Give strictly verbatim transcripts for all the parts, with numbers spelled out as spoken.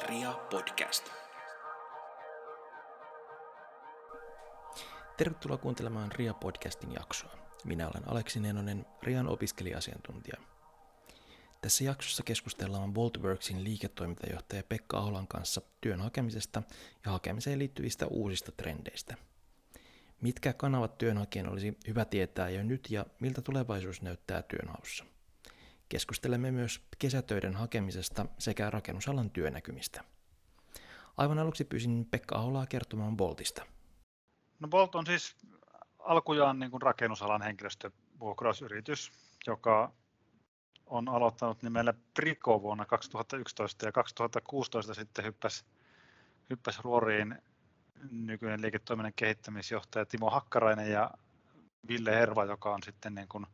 RIA Podcast. Tervetuloa kuuntelemaan RIA Podcastin jaksoa. Minä olen Aleksi Nenonen, RIAn opiskelija-asiantuntija. Tässä jaksossa keskustellaan Boltworksin liiketoimintajohtaja Pekka Aholan kanssa työn hakemisesta ja hakemiseen liittyvistä uusista trendeistä. Mitkä kanavat työnhakijan olisi hyvä tietää jo nyt ja miltä tulevaisuus näyttää työnhaussa? Keskustelemme myös kesätöiden hakemisesta sekä rakennusalan työnäkymistä. Aivan aluksi pyysin Pekka Aholaa kertomaan Boltista. No Bolt on siis alkujaan niin kuin rakennusalan henkilöstövuokrausyritys, joka on aloittanut nimellä Prico vuonna kaksituhattayksitoista ja kaksituhattakuusitoista sitten hyppäsi, hyppäsi ruoriin nykyinen liiketoiminnan kehittämisjohtaja Timo Hakkarainen ja Ville Herva, joka on sitten niin kuin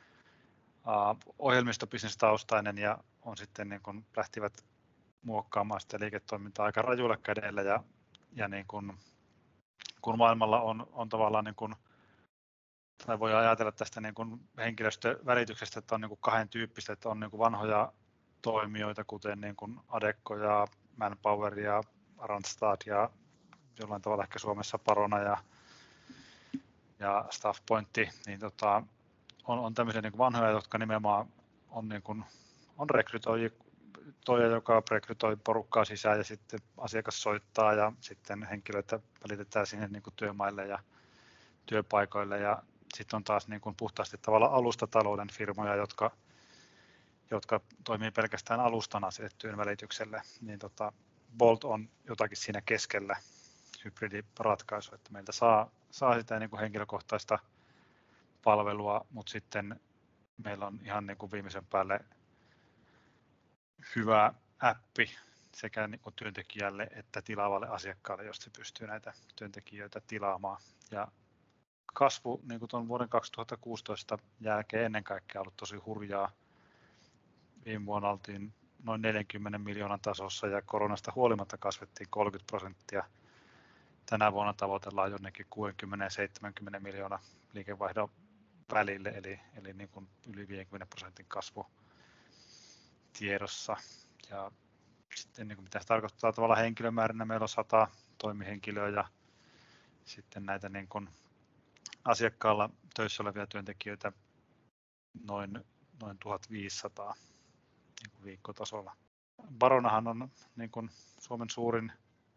ohjelmistobisnestaustainen ja on sitten niin kuin lähtivät muokkaamaan sitä liiketoimintaa aika rajulle kädellä ja, ja niin kuin, kun maailmalla on, on tavallaan niin kuin, tai voi ajatella tästä niin kuin henkilöstövälityksestä, että on niin kuin kahden tyyppistä, että on niin kuin vanhoja toimijoita, kuten niin kuin Adecco ja Manpower ja Randstad ja jollain tavalla ehkä Suomessa Parona ja, ja Staffpointti, niin tota, on, on tämmöisiä niin kuin vanhoja, jotka nimenomaan on, niin kuin, on rekrytoijia, joka rekrytoi porukkaa sisään ja sitten asiakas soittaa ja sitten henkilöitä välitetään sinne niin kuin työmaille ja työpaikoille ja sitten on taas niin kuin puhtaasti tavalla alustatalouden firmoja, jotka, jotka toimii pelkästään alustana sille työn välitykselle, niin tota, Bolt on jotakin siinä keskellä hybridiratkaisu, että meiltä saa, saa sitä niin kuin henkilökohtaista palvelua, mutta sitten meillä on ihan niin kuin viimeisen päälle hyvä appi sekä niin kuin työntekijälle että tilaavalle asiakkaalle, josta se pystyy näitä työntekijöitä tilaamaan. Ja kasvu niin kuin tuon vuoden kaksituhattakuusitoista jälkeen ennen kaikkea ollut tosi hurjaa. Viime vuonna oltiin noin neljänkymmenen miljoonan tasossa ja koronasta huolimatta kasvettiin kolmekymmentä prosenttia. Tänä vuonna tavoitellaan jonnekin kuusikymmentä seitsemänkymmentä miljoonaa liikevaihdon välille, eli, eli niin kuin yli viidenkymmenen prosentin kasvu tiedossa. Ja sitten niin kuin mitä se tarkoittaa tavallaan henkilömääränä, meillä on sata toimihenkilöä ja sitten näitä niin kuin asiakkaalla töissä olevia työntekijöitä noin, noin tuhatviisisataa niin kuin viikkotasolla. Baronahan on niin kuin Suomen suurin,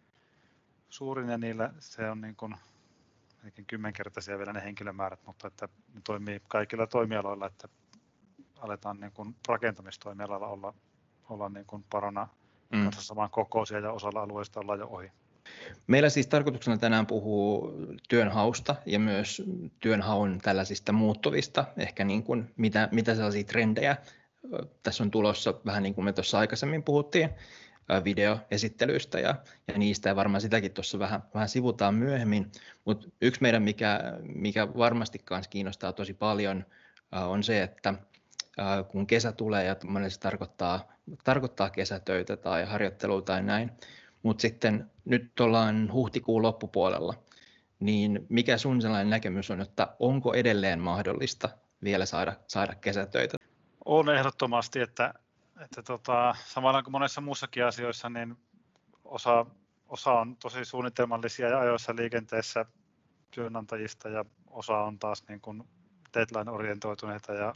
suurin ja niillä se on niin kuin kymmenkertaisia vielä ne henkilömäärät, mutta että ne toimii kaikilla toimialoilla, että aletaan niin kuin rakentamistoimialalla olla, olla niin kuin Barona mm. kanssa saman kokoisia ja osalla alueista ollaan jo ohi. Meillä siis tarkoituksena tänään puhuu työnhausta ja myös työnhaun tällaisista muuttuvista, ehkä niin kuin mitä, mitä sellaisia trendejä tässä on tulossa, vähän niin kuin me tuossa aikaisemmin puhuttiin videoesittelyistä ja, ja niistä ja varmaan sitäkin tuossa vähän, vähän sivutaan myöhemmin, mutta yksi meidän, mikä, mikä varmasti myös kiinnostaa tosi paljon, on se, että kun kesä tulee ja se tarkoittaa, tarkoittaa kesätöitä tai harjoittelua tai näin, mutta sitten nyt ollaan huhtikuun loppupuolella, niin mikä sun sellainen näkemys on, että onko edelleen mahdollista vielä saada, saada kesätöitä? On ehdottomasti, että, että tota, samalla kuin monessa muussakin asioissa, niin osa, osa on tosi suunnitelmallisia ja ajoissa liikenteessä työnantajista ja osa on taas niin kuin deadline-orientoituneita ja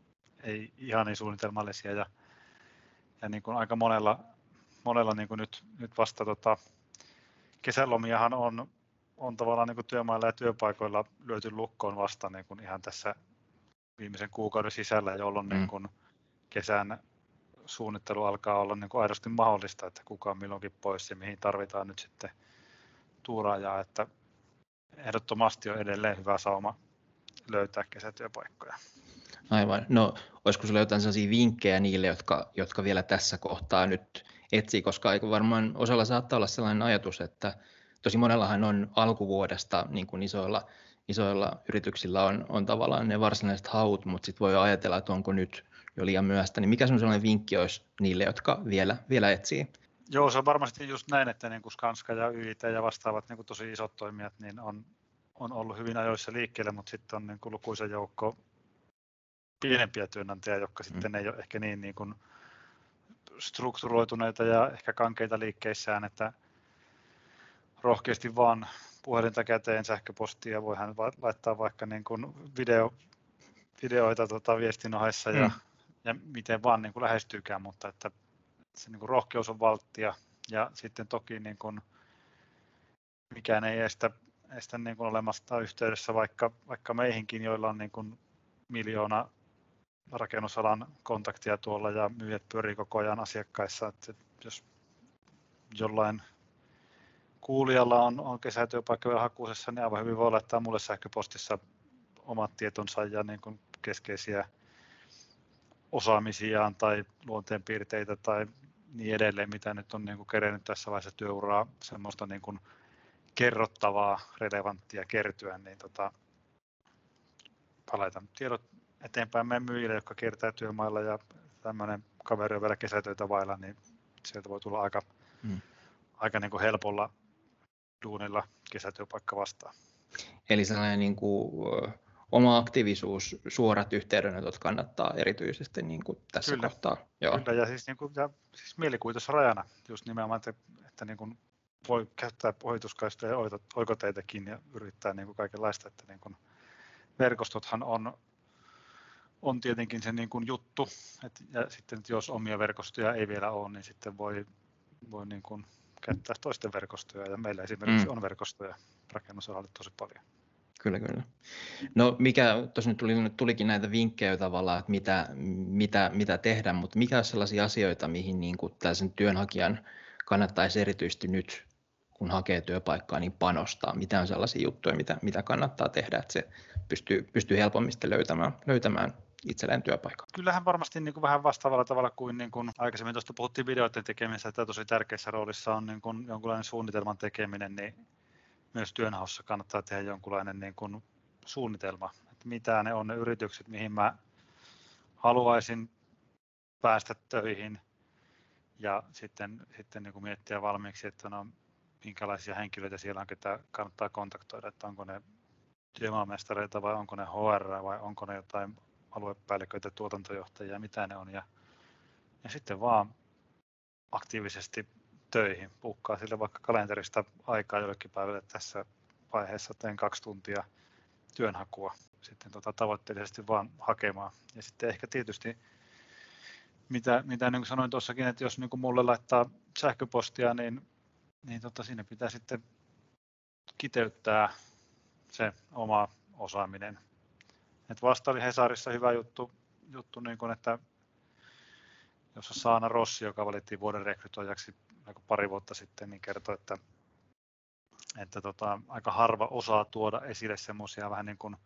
ei ihan niin suunnitelmallisia ja, ja niin kuin aika monella, monella niin kuin nyt, nyt vasta tota, kesälomiahan on, on tavallaan niin kuin työmailla ja työpaikoilla lyöty lukkoon vasta niin kuin ihan tässä viimeisen kuukauden sisällä, jolloin mm. niin kuin kesän suunnittelu alkaa olla niin kuin aidosti mahdollista, että kuka on milloinkin pois ja mihin tarvitaan nyt sitten tuuraajaa, että ehdottomasti on edelleen hyvä sauma löytää kesätyöpaikkoja. Aivan. No, olisiko sinulla jotain sellaisia vinkkejä niille, jotka, jotka vielä tässä kohtaa nyt etsii, koska aika varmaan osalla saattaa olla sellainen ajatus, että tosi monellahan on alkuvuodesta niin kuin isoilla, isoilla yrityksillä on, on tavallaan ne varsinaiset haut, mutta sitten voi ajatella, että onko nyt jo liian myöhäistä, niin mikä sun sellainen vinkki olisi niille, jotka vielä, vielä etsii? Joo, se on varmasti just näin, että niin kuin Skanska ja Y I T ja vastaavat niin kuin tosi isot toimijat niin on, on ollut hyvin ajoissa liikkeelle, mutta sitten on niin kuin lukuisa joukko pienempiä työnantajia, jotka sitten mm. ei ole ehkä niin, niin kuin strukturoituneita ja ehkä kankeita liikkeissään, että rohkeasti vaan puhelinta käteen sähköpostia, voihan laittaa vaikka niin kuin video, videoita tota viestin ohessa ja, mm. ja miten vaan niin kuin lähestyykään, mutta että se niin kuin rohkeus on valttia ja sitten toki niin kuin mikään ei estä, estä niin kuin olemasta yhteydessä vaikka, vaikka meihinkin, joilla on niin kuin miljoona rakennusalan kontaktia tuolla ja myyjät pyörii koko ajan asiakkaissa, että jos jollain kuulijalla on, on kesätyöpaikka vielä hakuisessa, niin aivan hyvin voi laittaa mulle sähköpostissa omat tietonsa ja niin kuin keskeisiä osaamisiaan tai luonteenpiirteitä tai niin edelleen, mitä nyt on niin kuin kerennyt tässä vaiheessa työuraa semmoista niin kuin kerrottavaa, relevanttia kertyä, niin tota, laitan tiedot eteenpäin meidän myyjille, jotka kiertää työmailla ja tämmöinen kaveri on vielä kesätöitä vailla, niin sieltä voi tulla aika, hmm. aika niin kuin helpolla duunilla kesätyöpaikka vastaan. Eli sellainen niin kuin, oma aktiivisuus, suorat yhteydenotot kannattaa erityisesti niin kuin tässä kyllä, kohtaa. Joo. Kyllä, ja siis, niin kuin, ja siis mielikuvitusrajana just nimenomaan, että, että niin kuin voi käyttää ohituskaistoja ja oikoteitäkin ja yrittää niin kuin kaikenlaista, että niin kuin verkostothan on, on tietenkin se niin kuin juttu, että, ja sitten että jos omia verkostoja ei vielä ole, niin sitten voi, voi niin kuin käyttää toisten verkostoja, ja meillä esimerkiksi mm. on verkostoja rakennusalalle tosi paljon. Kyllä, kyllä. No mikä, tuossa nyt tuli, tulikin näitä vinkkejä tavallaan, että mitä, mitä, mitä tehdä, mutta mikä on sellaisia asioita, mihin niin kuin tällaisen työnhakijan kannattaisi erityisesti nyt, kun hakee työpaikkaa, niin panostaa? Mitä on sellaisia juttuja, mitä, mitä kannattaa tehdä, että se pystyy, pystyy helpommin löytämään, löytämään itselleen työpaikan? Kyllähän varmasti niin kuin vähän vastaavalla tavalla kuin, niin kuin aikaisemmin tuosta puhuttiin videoiden tekemisestä, että tosi tärkeässä roolissa on niin kuin jonkunlainen suunnitelman tekeminen, niin myös työnhaussa kannattaa tehdä jonkunlainen niin kuin suunnitelma, että mitä ne on ne yritykset, mihin mä haluaisin päästä töihin, ja sitten, sitten niin kuin miettiä valmiiksi, että no, minkälaisia henkilöitä siellä on, ketä kannattaa kontaktoida, että onko ne työmaamestareita vai onko ne H R vai onko ne jotain aluepäälliköitä, tuotantojohtajia, mitä ne on, ja, ja sitten vaan aktiivisesti töihin, puukkaa sille vaikka kalenterista aikaa jollekin päivälle tässä vaiheessa, teen kaksi tuntia työnhakua, sitten tota tavoitteellisesti vaan hakemaan, ja sitten ehkä tietysti mitä, mitä niin kuin sanoin tuossakin, että jos niin kuin mulle laittaa sähköpostia, niin, niin tota, siinä pitää sitten kiteyttää se oma osaaminen. Et vasta oli Hesarissa hyvä juttu, juttu niin kuin, että jossa Saana Rossi, joka valittiin vuoden rekrytoijaksi pari vuotta sitten, niin kertoi, että, että tota, aika harva osaa tuoda esille semmoisia vähän niin kuin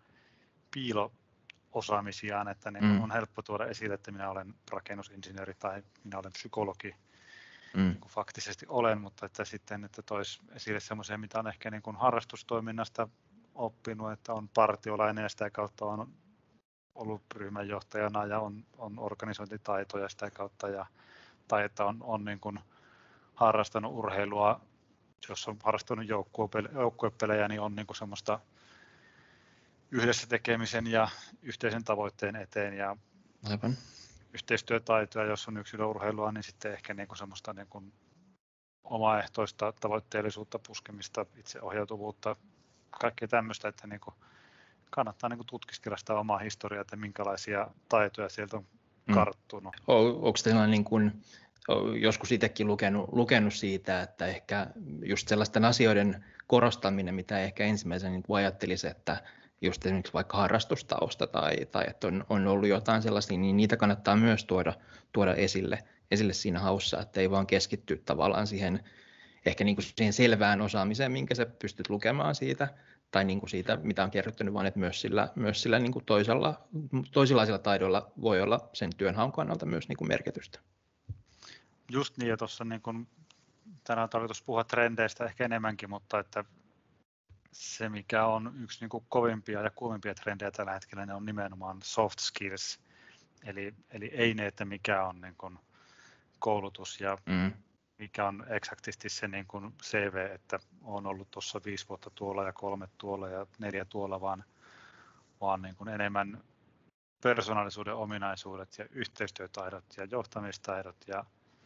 piilo-osaamisiaan, että niin kuin mm. on helppo tuoda esille, että minä olen rakennusinsinööri tai minä olen psykologi, mm. niin kuin faktisesti olen, mutta että sitten, että toisi esille semmoisia, mitä on ehkä niin kuin harrastustoiminnasta oppinut, että on partiolainen ja sitä kautta on ollut ryhmänjohtajana ja on, on organisointitaitoja sitä kautta, ja, tai että on, on niin kuin harrastanut urheilua, jos on harrastanut joukkuepelejä, niin on niin kuin semmoista yhdessä tekemisen ja yhteisen tavoitteen eteen ja Aivan. yhteistyötaitoja, jos on yksilöurheilua, niin sitten ehkä niin kuin semmoista niin kuin omaehtoista tavoitteellisuutta, puskemista, itseohjautuvuutta, kaikkea tämmöistä, että niin kuin kannattaa niin kuin tutkiskella sitä omaa historiaa, että minkälaisia taitoja sieltä on karttunut. Mm. Onko teillä niin kuin, joskus itsekin lukenut, lukenut siitä, että ehkä just sellaisten asioiden korostaminen, mitä ehkä ensimmäisenä niin ajattelisi, että just esimerkiksi vaikka harrastustausta tai, tai että on, on ollut jotain sellaisia, niin niitä kannattaa myös tuoda, tuoda esille, esille siinä haussa, että ei vaan keskittyä tavallaan siihen, ehkä niin kuin siihen selvään osaamiseen, minkä sä pystyt lukemaan siitä, tai niin kuin siitä, mitä on kerrottu, vaan että myös sillä, myös sillä niin kuin toisella, toisenlaisilla taidoilla voi olla sen työnhaun kannalta myös niin kuin merkitystä. Just niin, ja tuossa niin kuin, tänään on tarkoitus puhua trendeistä ehkä enemmänkin, mutta että se, mikä on yksi niin kuin kovimpia ja kuumimpia trendejä tällä hetkellä, ne on nimenomaan soft skills, eli, eli ei ne, että mikä on niin kuin koulutus ja mm. mikä on eksaktisti se niin kuin C V, että on ollut tuossa viisi vuotta tuolla ja kolme tuolla ja neljä tuolla, vaan, vaan niin kuin enemmän persoonallisuuden ominaisuudet ja yhteistyötaidot ja johtamistaidot ja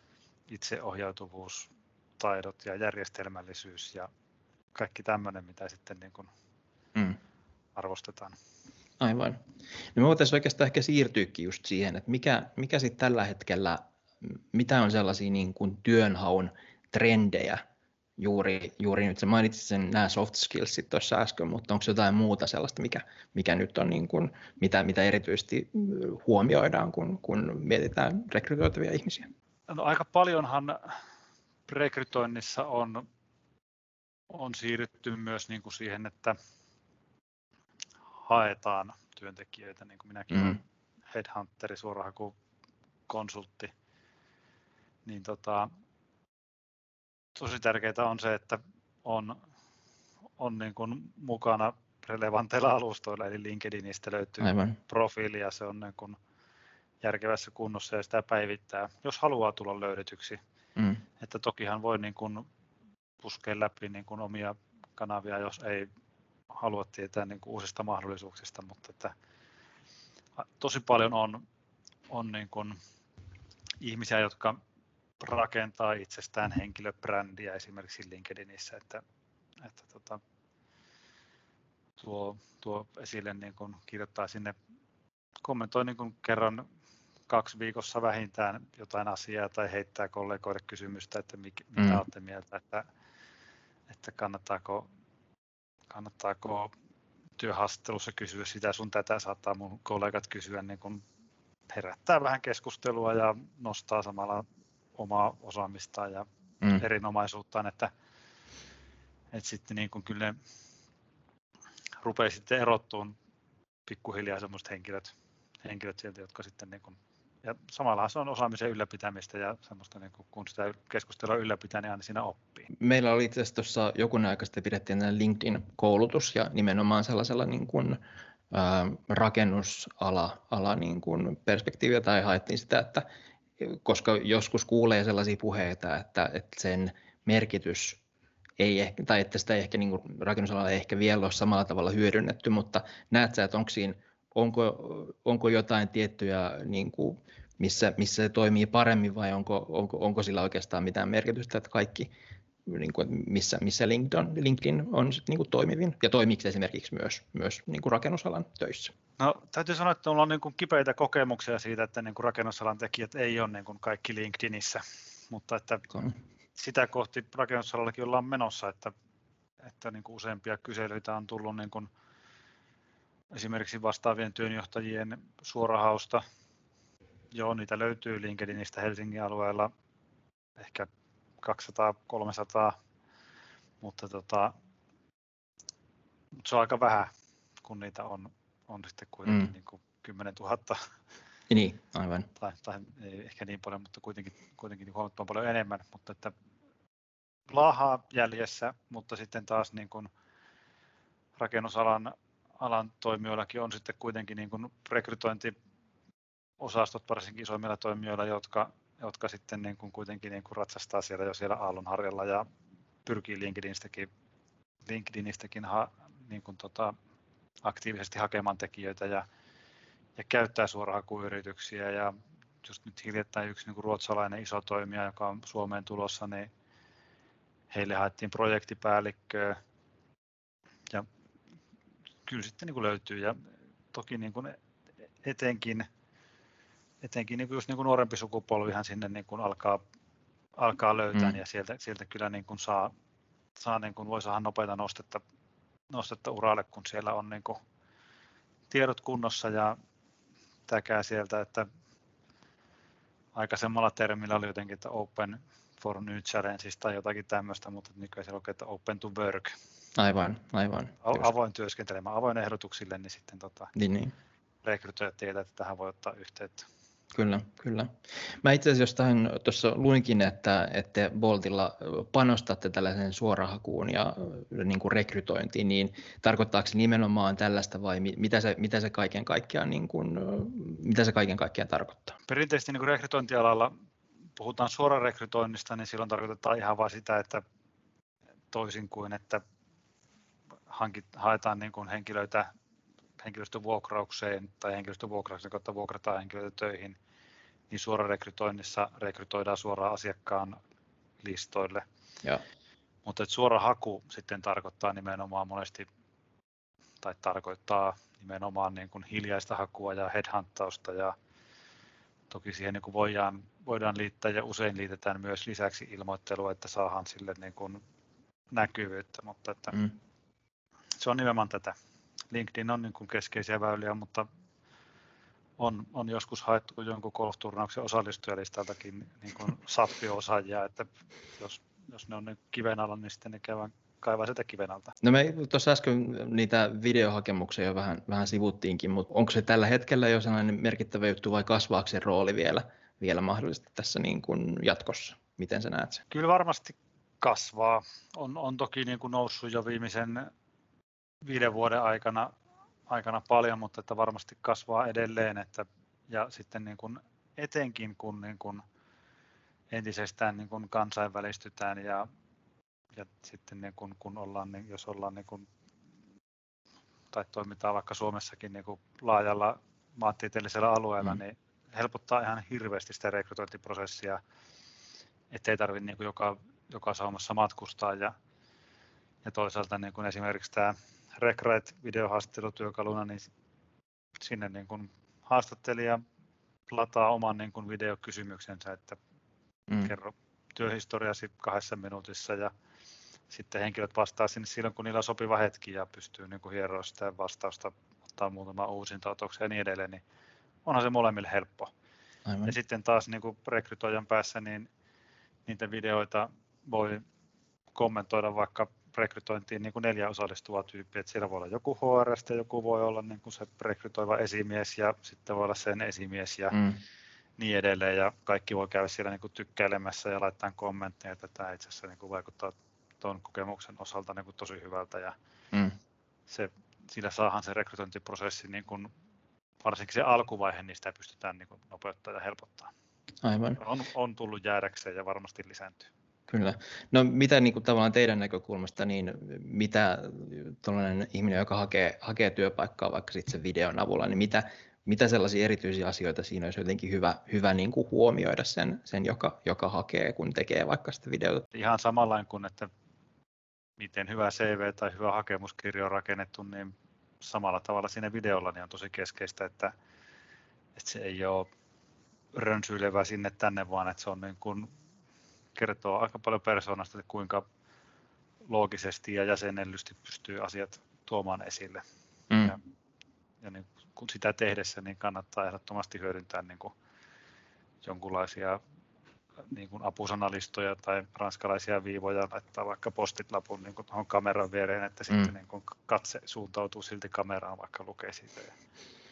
itseohjautuvuustaidot ja järjestelmällisyys ja kaikki tämmöinen, mitä sitten niin kuin Mm. arvostetaan. Aivan. No me voitaisiin oikeastaan ehkä siirtyäkin just siihen, että mikä, mikä sitten tällä hetkellä, mitä on sellaisia niin kuin työnhaun trendejä juuri, juuri nyt. Sä mainitsit sen nämä soft skillsit tuossa äsken, mutta onko jotain muuta sellaista, mikä, mikä nyt on niin kuin, mitä, mitä erityisesti huomioidaan, kun, kun mietitään rekrytoitavia ihmisiä? No, aika paljonhan rekrytoinnissa on, on siirrytty myös niin kuin siihen, että haetaan työntekijöitä, niin kuin minäkin mm. olen headhunteri, suorahakukonsultti, niin tota, tosi tärkeää on se, että on, on niin kuin mukana relevanteilla alustoilla, eli LinkedInistä löytyy Aivan. profiili ja se on niin kuin järkevässä kunnossa ja sitä päivittää, jos haluaa tulla löydetyksi. Mm. Että tokihan voi niin kuin puskea läpi niin kuin omia kanavia, jos ei halua tietää niin kuin uusista mahdollisuuksista, mutta että tosi paljon on, on niin kuin ihmisiä, jotka rakentaa itsestään henkilöbrändiä esimerkiksi LinkedInissä, että, että tota, tuo, tuo esille niin kuin kirjoittaa sinne, kommentoi niin kuin kerran kaksi viikossa vähintään jotain asiaa tai heittää kollegoille kysymystä, että mikä, mm. mitä olette mieltä, että, että kannattaako, kannattaako työhaastattelussa kysyä sitä sun tätä, saattaa mun kollegat kysyä, niin kun herättää vähän keskustelua ja nostaa samalla omaa osaamistaan ja mm. erinomaisuuttaan, että, että sitten niin kun kyllä ne rupeaa sitten erottumaan pikkuhiljaa semmoiset henkilöt, henkilöt sieltä, jotka sitten niin kun, ja samalla se on osaamisen ylläpitämistä ja semmoista, niin kun, kun sitä keskustelua ylläpitää, niin aina siinä oppii. Meillä oli itse asiassa tuossa jokun aikaa sitten pidettiin LinkedIn-koulutus ja nimenomaan sellaisella niin kuin, ää, rakennusala ala, niin kuin perspektiiviä tai haettiin sitä, että koska joskus kuulee sellaisia puheita, että, että sen merkitys ei ehkä, tai että sitä ei ehkä niin kuin rakennusalalla ei ehkä vielä ole samalla tavalla hyödynnetty, mutta näet sä, että onko, siinä, onko, onko jotain tiettyjä, niin kuin, missä, missä se toimii paremmin vai onko, onko, onko sillä oikeastaan mitään merkitystä, että kaikki, niin kuin, missä, missä LinkedIn, LinkedIn on niin kuin toimivin ja toimiksi esimerkiksi myös, myös niin kuin rakennusalan töissä? No, täytyy sanoa, että minulla on niin kuin kipeitä kokemuksia siitä, että niin kuin rakennusalan tekijät ei ole niin kuin kaikki LinkedInissä, mutta että sitä kohti rakennusalallakin ollaan menossa, että, että niin kuin useampia kyselyitä on tullut niin kuin esimerkiksi vastaavien työnjohtajien suorahausta. Joo, niitä löytyy LinkedInistä Helsingin alueella ehkä kaksisataa kolmesataa, mutta tota, se on aika vähän, kun niitä on, on sitten kuitenkin mm. niin kuin kymmenen tuhatta. Niin, aivan. Tai, tai ei ehkä niin paljon, mutta kuitenkin, kuitenkin huomattavan paljon enemmän. Mutta että laahaa jäljessä, mutta sitten taas niin kuin rakennusalan alan toimijoillakin on sitten kuitenkin niin kuin rekrytointiosastot, varsinkin isoimmilla toimijoilla, jotka, jotka sitten niin kuin kuitenkin niin kuin ratsastaa siellä jo siellä aallonharjalla ja pyrkii LinkedInistäkin, LinkedInistäkin ha, niin kuin tota, aktiivisesti hakemaan tekijöitä ja, ja käyttää suorahakuyrityksiä. Ja just nyt hiljattain yksi niin kuin ruotsalainen iso toimija, joka on Suomeen tulossa, niin heille haettiin projektipäällikköä ja kyllä sitten niin kuin löytyy ja toki niin kuin etenkin, etenkin niin kuin just niin kuin nuorempi sukupolvihan sinne niin kuin alkaa, alkaa löytää mm. ja sieltä, sieltä kyllä niin kuin saa, saa niin kuin voi saada nopeita nostetta, nostetta uralle, kun siellä on niin kuin tiedot kunnossa ja täkää sieltä, että aikaisemmalla termillä oli jotenkin, että open for new challenges tai jotakin tämmöistä, mutta nykyään se lukee, että open to work. Aivan, aivan. Avoin työskentelemään, avoin ehdotuksille, niin sitten tota, niin, niin. rekrytoijat tietää, että tähän voi ottaa yhteyttä. Kyllä, kyllä. Mä itse asiassa jostain tuossa luinkin, että, että Boltilla panostatte tällaisen suorahakuun ja niin kuin rekrytointiin, niin tarkoittaako se nimenomaan tällaista vai mitä se, mitä se kaiken kaikkiaan niin kuin, mitä se kaiken kaikkiaan tarkoittaa? Perinteisesti niin kuin rekrytointialalla puhutaan suorarekrytoinnista, niin silloin tarkoitetaan ihan vain sitä, että toisin kuin että hankit, haetaan niin kuin henkilöitä henkilöstövuokraukseen tai henkilöstövuokrauksen kautta vuokrataan henkilöitä töihin, niin suorarekrytoinnissa rekrytoidaan suoraan asiakkaan listoille. Ja. Mutta suora haku sitten tarkoittaa nimenomaan monesti, tai tarkoittaa nimenomaan niin kuin hiljaista hakua ja headhuntausta, ja toki siihen niin kuin voidaan, voidaan liittää ja usein liitetään myös lisäksi ilmoittelua, että saadaan sille niin kuin näkyvyyttä, mutta että mm. se on nimenomaan tätä. LinkedIn on niin kuin keskeisiä väyliä, mutta on, on joskus haettu jonkun golf-turnauksen osallistujalistaltakin niin kuin sappio-osaajia, että jos, jos ne on niin kiven alla, niin sitten ne käyvät kaivaa sitä kiven alta. No me tuossa äsken niitä videohakemuksia jo vähän, vähän sivuttiinkin, mutta onko se tällä hetkellä jo sellainen merkittävä juttu vai kasvaako se rooli vielä, vielä mahdollisesti tässä niin kuin jatkossa? Miten sä näet sen? Kyllä varmasti kasvaa. On, on toki niin kuin noussut jo viimeisen viiden vuoden aikana, aikana paljon, mutta että varmasti kasvaa edelleen. Että, ja sitten niin kuin etenkin kun niin kuin entisestään niin kuin kansainvälistytään ja Ja sitten niin kun, kun ollaan, niin jos ollaan niin kun, tai toimitaan vaikka Suomessakin niin kun laajalla maantieteellisellä alueella, mm. niin helpottaa ihan hirveästi sitä rekrytointiprosessia, ettei tarvitse niin joka, joka saumassa matkustaa. Ja, ja toisaalta niin kun esimerkiksi tämä Rekrite-videohaastattelutyökaluna, niin sinne niin kun haastattelija lataa oman niin kun videokysymyksensä, että mm. kerro työhistoriasi kahdessa minuutissa ja sitten henkilöt vastaa sinne silloin, kun niillä on sopiva hetki ja pystyy niin kuin hieroa sitä vastausta, ottaa muutama uusinta otoksia ja niin edelleen, niin onhan se molemmille helppo. Aivan. Ja sitten taas niin kuin rekrytoijan päässä, niin niitä videoita voi kommentoida vaikka rekrytointiin niin kuin neljä osallistuvaa tyyppiä, että siellä voi olla joku H R:stä, joku voi olla niin kuin se rekrytoiva esimies ja sitten voi olla sen esimies ja mm. niin edelleen, ja kaikki voi käydä siellä niin kuin tykkäilemässä ja laittaa kommentteja, että tämä itse asiassa niin kuin vaikuttaa tuon kokemuksen osalta niin kuin tosi hyvältä, ja mm. se, sillä saadaan se rekrytointiprosessi, niin kuin, varsinkin se alkuvaihe, niin sitä pystytään niin kuin nopeuttaa ja helpottaa. Aivan. On, on tullut jäädäkseen ja varmasti lisääntyy. Kyllä. No mitä niin kuin tavallaan teidän näkökulmasta, niin mitä tuollainen ihminen, joka hakee, hakee työpaikkaa vaikka sitten sen videon avulla, niin mitä, mitä sellaisia erityisiä asioita siinä olisi jotenkin hyvä, hyvä niin kuin huomioida sen, sen joka, joka hakee, kun tekee vaikka sitä videota? Ihan samanlainen kuin, että miten hyvä C V tai hyvä hakemuskirja on rakennettu, niin samalla tavalla siinä videolla niin on tosi keskeistä, että, että se ei ole rönsyilevä sinne tänne, vaan että se on niin kuin, kertoo aika paljon persoonasta, että kuinka loogisesti ja jäsennellysti pystyy asiat tuomaan esille. Mm. Ja, ja niin, kun sitä tehdessä, niin kannattaa ehdottomasti hyödyntää niin kuin jonkinlaisia niin kuin apusanalistoja tai ranskalaisia viivoja, laittaa vaikka postit-lapun niin kuin tuohon kameran viereen, että mm. sitten niin kuin katse suuntautuu silti kameraan, vaikka lukee siitä. Ja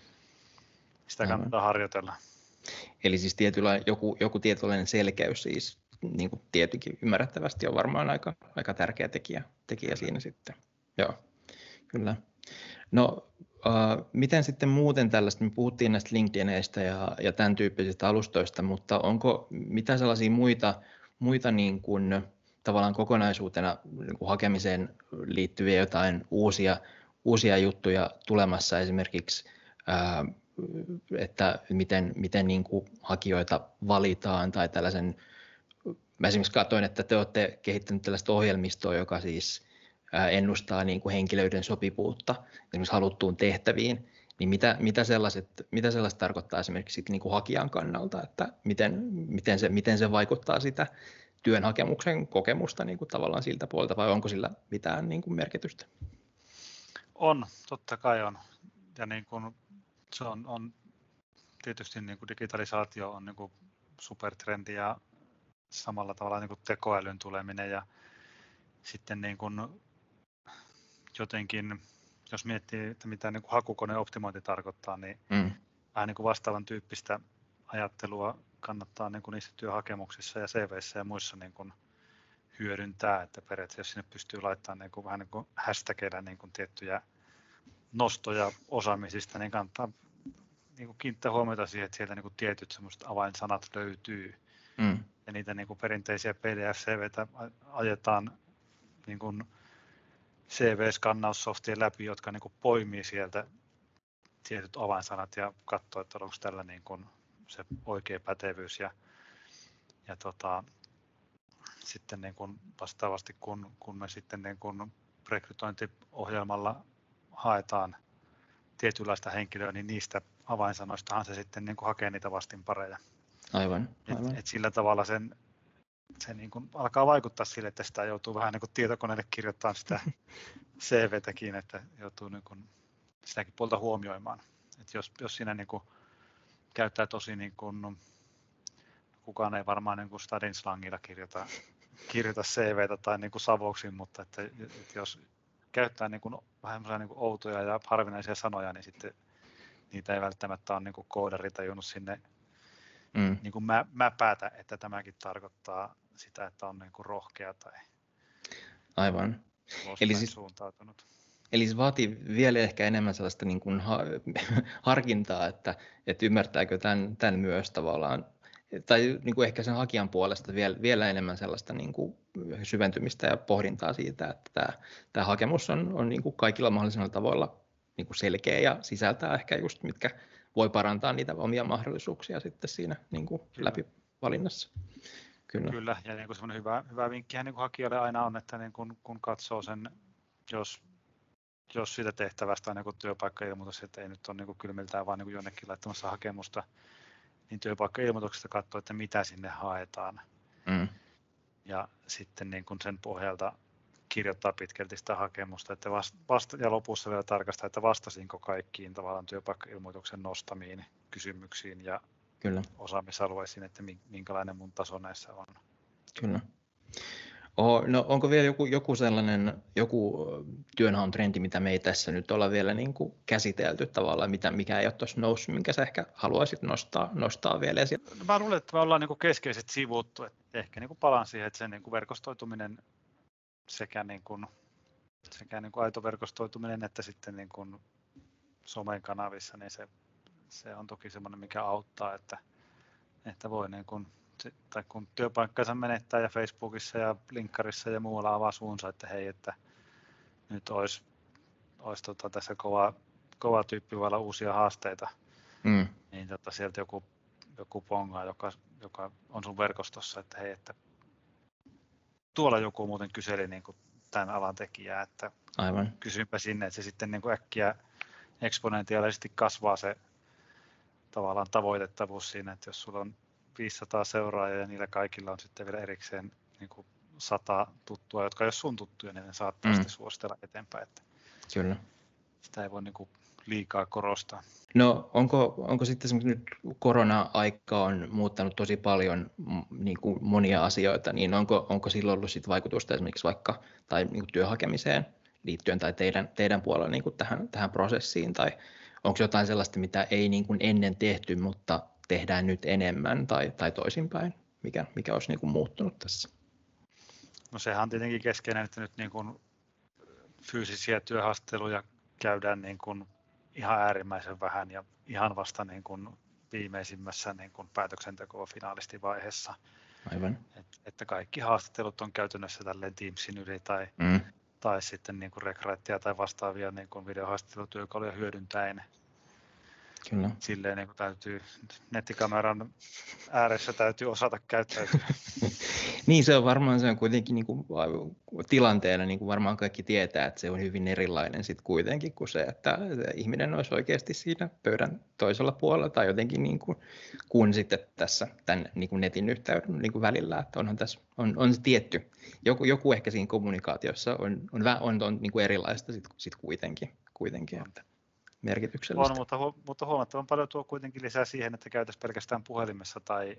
sitä kannattaa Aivan. harjoitella. Eli siis tietyllä, joku, joku tietynlainen selkeys siis niin kuin tietenkin ymmärrettävästi on varmaan aika, aika tärkeä tekijä, tekijä siinä sitten. Joo, kyllä. No, äh, miten sitten muuten tällaista, me puhuttiin näistä LinkedIneistä ja, ja tämän tyyppisistä alustoista, mutta onko mitä sellaisia muita, muita niin kuin, tavallaan kokonaisuutena niin kuin hakemiseen liittyviä jotain uusia, uusia juttuja tulemassa esimerkiksi, äh, että miten, miten niin kuin hakijoita valitaan tai tällaisen. Mä esimerkiksi katsoin, että te olette kehittäneet tällaista ohjelmistoa, joka siis ennustaa niin kuin henkilöiden sopivuutta esimerkiksi haluttuun tehtäviin. Niin mitä, mitä, sellaiset, mitä sellaiset tarkoittaa esimerkiksi niin kuin hakijan kannalta, että miten, miten, se, miten se vaikuttaa sitä työnhakemuksen kokemusta niin kuin tavallaan siltä puolelta, vai onko sillä mitään niin kuin merkitystä? On, totta kai on. Ja niin kuin se on, on tietysti niin kuin digitalisaatio on niin kuin supertrendi ja samalla tavalla niin kuin tekoälyn tuleminen ja sitten niin kuin jotenkin, jos miettii, että mitä niin kuin hakukoneoptimointi tarkoittaa, niin mm. vähän niin kuin vastaavan tyyppistä ajattelua kannattaa niin kuin niissä työhakemuksissa ja C V:issä ja muissa niin kuin hyödyntää, että periaatteessa jos sinne pystyy laittamaan niin kuin vähän niin kuin hashtagillä niin kuin tiettyjä nostoja osaamisista, niin kannattaa niin kuin kiinnittää huomiota siihen, että sieltä niin kuin tietyt sellaiset avainsanat löytyy. Mm. Ja niitä niin kuin perinteisiä P D F-C V:tä ajetaan niin kuin C V-skannaussoftien läpi, jotka niin kuin poimii sieltä tietyt avainsanat ja katsoo, että onko tällä niin kuin se oikea pätevyys ja, ja tota, sitten niin kuin vastaavasti kun, kun me sitten niin kuin rekrytointiohjelmalla haetaan tietynlaista henkilöä, niin niistä avainsanoistahan se sitten niin kuin hakee niitä vastinpareja. Aivan, aivan. Et, et sillä tavalla sen, se niin kuin alkaa vaikuttaa sille, että sitä joutuu vähän niin kuin tietokoneelle kirjoittamaan sitä C V:täkin, että joutuu niin kuin sitäkin puolta huomioimaan. Et jos, jos siinä niin kuin käyttää tosi, niin kuin, kukaan ei varmaan niin kuin stadin slangilla kirjoita, kirjoita C V:tä tai niin kuin savoksin, mutta että, että jos käyttää niin kuin vähän niin kuin outoja ja harvinaisia sanoja, niin sitten niitä ei välttämättä ole niin kuin koodari tajunnut sinne mm. niin kuin mä, mä päätä, että tämäkin tarkoittaa sitä, että on niin kuin rohkea tai aivan. Eli siis, suuntautunut. Eli se vaatii vielä ehkä enemmän sellaista niin kuin ha- harkintaa, että, että ymmärtääkö tämän, tämän myös tavallaan, tai niin kuin ehkä sen hakijan puolesta vielä, vielä enemmän sellaista niin kuin syventymistä ja pohdintaa siitä, että tämä, tämä hakemus on, on niin kuin kaikilla mahdollisilla tavoilla niin kuin selkeä ja sisältää ehkä just mitkä voi parantaa niitä omia mahdollisuuksia sitten siinä niin kuin läpivalinnassa. Kyllä. Kyllä, ja niin kuin semmoinen hyvä, hyvä vinkkihän niin kuin hakijalle aina on, että niin kuin, kun katsoo sen, jos, jos siitä tehtävästä on niin kuin työpaikkailmoitus, että ei nyt ole niin kuin kylmiltään vaan niin kuin jonnekin laittamassa hakemusta, niin työpaikkailmoituksesta katsoo, että mitä sinne haetaan. Mm. Ja sitten niin kuin sen pohjalta kirjoittaa pitkälti sitä hakemusta, että vasta, ja lopussa vielä tarkastaa, että vastasinko kaikkiin tavallaan työpaikkailmoituksen nostamiin kysymyksiin ja Kyllä. osaamisalueisiin, että minkälainen mun taso näissä on. Kyllä. Oho, no onko vielä joku, joku sellainen joku työnhaun trendi, mitä me ei tässä nyt olla vielä niin kuin käsitelty tavallaan, mitä, mikä ei ole tuossa noussut, minkä sä ehkä haluaisit nostaa, nostaa vielä esiin? No, mä luulen, että me ollaan niin kuin keskeiset sivuttu, että ehkä niin kuin palaan siihen, että se niin kuin verkostoituminen sekä, niin kuin, sekä niin kuin aito verkostoituminen että sitten niin kuin somen kanavissa, niin se, se on toki semmoinen, mikä auttaa, että, että voi niin kuin, tai kun työpaikkansa menettää ja Facebookissa ja linkkarissa ja muualla avaa suunsa, että hei, että nyt olisi, olisi tota, tässä kova, kova tyyppi vailla uusia haasteita, mm. niin tota, sieltä joku, joku pongaa, joka, joka on sun verkostossa, että hei, että tuolla joku muuten kyseli niin kuin tämän alan tekijää, että Aivan. kysynpä sinne, että se sitten niin kuin äkkiä eksponentiaalisesti kasvaa se tavallaan tavoitettavuus siinä, että jos sulla on viisisataa seuraajaa ja niillä kaikilla on sitten vielä erikseen niin kuin sata tuttua, jotka jos sun tuttuja, niin ne saattaa mm. sitten suositella eteenpäin. Että Kyllä. Sitä ei voi niin kuin liikaa korostaa. No onko, onko sitten nyt korona-aika on muuttanut tosi paljon niin kuin monia asioita, niin onko, onko sillä ollut sit vaikutusta esimerkiksi vaikka tai niin kuin työhakemiseen liittyen tai teidän, teidän puolella niin kuin tähän, tähän prosessiin, tai onko jotain sellaista, mitä ei niin kuin ennen tehty, mutta tehdään nyt enemmän tai, tai toisinpäin, mikä, mikä olisi niin kuin muuttunut tässä? No sehän on tietenkin keskeinen, että nyt niin kuin fyysisiä työhaastatteluja käydään niin kuin ihan äärimmäisen vähän ja ihan vasta niin kuin viimeisimmässä niin kuin päätöksentekoa finaalistivaiheessa. Aivan. Et, että kaikki haastattelut on käytännössä tälleen Teamsin yli tai, mm. tai sitten niin kuin Recruitia tai vastaavia niin kuin videohaastattelutyökaluja hyödyntäen. Kyllä. Silleen niin kuin täytyy, nettikameran ääressä täytyy osata käyttäytyä. Niin se on varmaan se on kuitenkin niin kuin tilanteena, niin kuin varmaan kaikki tietää, että se on hyvin erilainen sitten kuitenkin kuin se, että ihminen olisi oikeasti siinä pöydän toisella puolella tai jotenkin niin kuin, kuin sitten tässä tämän niin kuin netin yhteyden niin kuin välillä, että onhan tässä on, on se tietty, joku, joku ehkä siinä kommunikaatiossa on, on, on, on niin kuin erilaista sitten sit kuitenkin, kuitenkin että merkityksellistä. On, mutta, hu, mutta huomattavan paljon tuo kuitenkin lisää siihen, että käytäisiin pelkästään puhelimessa tai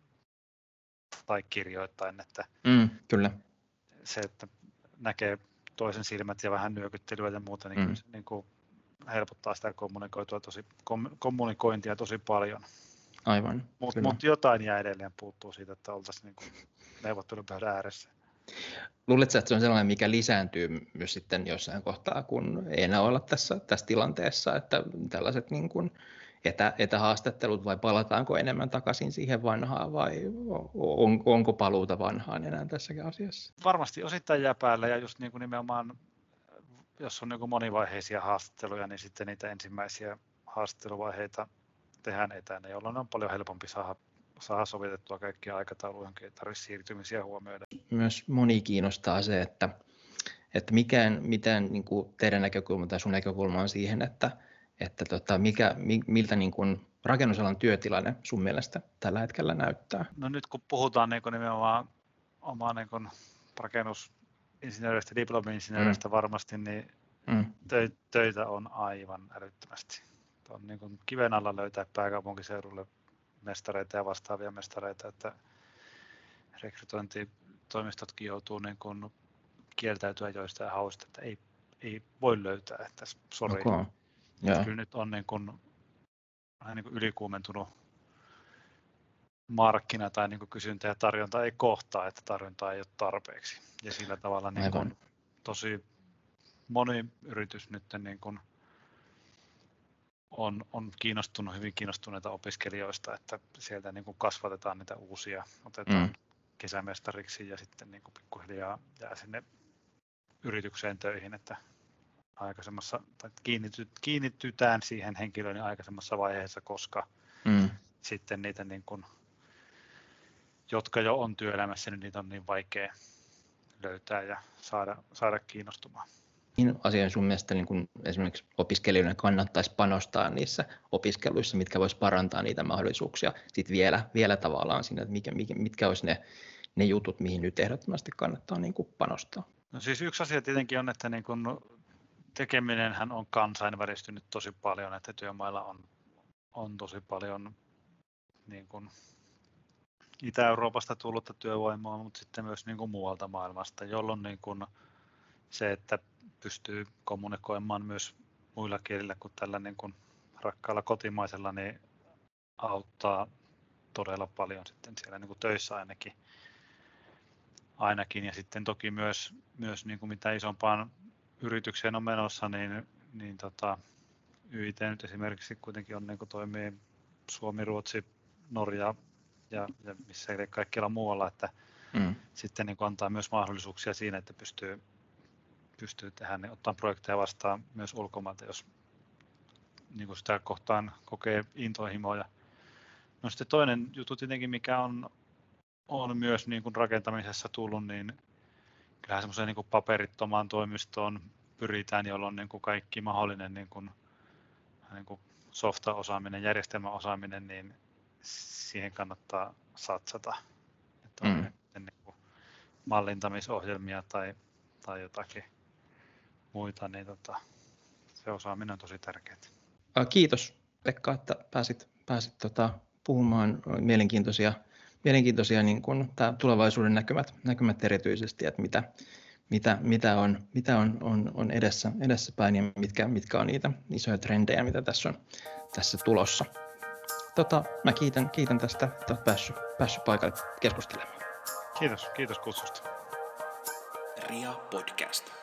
tai kirjoittain, että mm, kyllä. se, että näkee toisen silmät ja vähän nyökyttelyä ja muuta, niin, mm. niin kuin helpottaa sitä kommunikoitua tosi, kommunikointia tosi paljon. Aivan. Mutta mut jotain jää edelleen puuttuu siitä, että oltaisiin niin kuin neuvottelupöydän ääressä. Luuletko, että se on sellainen, mikä lisääntyy myös sitten jossain kohtaa, kun ei enää olla tässä, tässä tilanteessa, että tällaiset niin kuin Etä, etähaastattelut vai palataanko enemmän takaisin siihen vanhaan vai on, onko paluuta vanhaan enää tässäkin asiassa? Varmasti osittain jää päällä ja just niin kuin nimenomaan, jos on niin kuin monivaiheisia haastatteluja, niin sitten niitä ensimmäisiä haastatteluvaiheita tehdään etänä, jolloin on paljon helpompi saada, saada sovitettua kaikkia aikatauluja, johonkin ei tarvitse siirtymisiä huomioida. Myös moni kiinnostaa se, että, että mikään, miten niin kuin teidän näkökulma tai sun näkökulma on siihen, että, että tota, mikä, miltä niin kuin rakennusalan työtilanne sun mielestä tällä hetkellä näyttää? No nyt kun puhutaan niin kuin nimenomaan omaa niin kuin rakennusinsinööristä, diplomi-insinööristä mm. varmasti, niin mm. töitä on aivan älyttömästi. On niin kuin kiven alla löytää pääkaupunkiseudulle mestareita ja vastaavia mestareita, että rekrytointitoimistotkin joutuu niin kuin kieltäytyä joistain hausta, että ei, ei voi löytää, että sori. Okay. Yeah. Kyllä nyt on niin kuin, vähän niin kuin ylikuumentunut markkina tai niin kuin kysyntä ja tarjonta ei kohtaa, että tarjontaa ei ole tarpeeksi. Ja sillä tavalla niin kuin tosi moni yritys nyt niin kuin on, on kiinnostunut, hyvin kiinnostuneita opiskelijoista, että sieltä niin kuin kasvatetaan niitä uusia, otetaan mm. kesämestariksi ja sitten niin kuin pikkuhiljaa jää sinne yritykseen töihin, että aikaisemmassa, tai kiinnity, kiinnitytään siihen henkilöön aikaisemmassa vaiheessa, koska mm. sitten niitä, niin kuin, jotka jo on työelämässä, niin niitä on niin vaikea löytää ja saada, saada kiinnostumaan. Mihin asioihin sun mielestä niin kun esimerkiksi opiskelijoiden kannattaisi panostaa niissä opiskeluissa, mitkä vois parantaa niitä mahdollisuuksia sitten vielä, vielä tavallaan siinä, että mikä, mikä, mitkä olisi ne, ne jutut, mihin nyt ehdottomasti kannattaa niin kun panostaa? No siis yksi asia tietenkin on, että niin kun tekeminenhän on kansainvälistynyt tosi paljon, että työmailla on, on tosi paljon niin kun Itä-Euroopasta tullutta työvoimaa, mutta sitten myös niin kuin muualta maailmasta, jolloin niin kuin se, että pystyy kommunikoimaan myös muilla kielillä kuin tällä niin kuin rakkaalla kotimaisella, niin auttaa todella paljon sitten siellä niin kuin töissä ainakin. ainakin. Ja sitten toki myös, myös niin kuin mitä isompaan yritykseen on menossa, niin, niin tota, Y I T nyt esimerkiksi kuitenkin on, niin kuin toimii Suomi, Ruotsi, Norja ja, ja missä ei kaikkialla muualla, että mm. sitten niin kuin antaa myös mahdollisuuksia siinä, että pystyy, pystyy tehdä, niin ottaa projekteja vastaan myös ulkomailta, jos niin kuin sitä kohtaan kokee intohimoja. No sitten toinen juttu tietenkin, mikä on, on myös niin kuin rakentamisessa tullut, niin kyllähän semmoiseen niin kuin paperittomaan toimistoon pyritään, jolloin niin kuin kaikki mahdollinen niin kuin, niin kuin softa-osaaminen, järjestelmäosaaminen, niin siihen kannattaa satsata. Että on mm. niin kuin mallintamisohjelmia tai, tai jotakin muita, niin tota, se osaaminen on tosi tärkeää. Kiitos Pekka, että pääsit, pääsit tota, puhumaan mielenkiintoisia, mielenkiintoisia niin kuin tämä tulevaisuuden näkymät, näkymät erityisesti, että mitä, mitä, mitä, on, mitä on, on, on edessä, edessäpäin ja mitkä, mitkä on niitä isoja trendejä, mitä tässä on tässä tulossa. Tota, mä kiitän, kiitän tästä, että olet päässyt, päässyt paikalle keskustelemaan. Kiitos, kiitos kutsusta. R I A Podcast.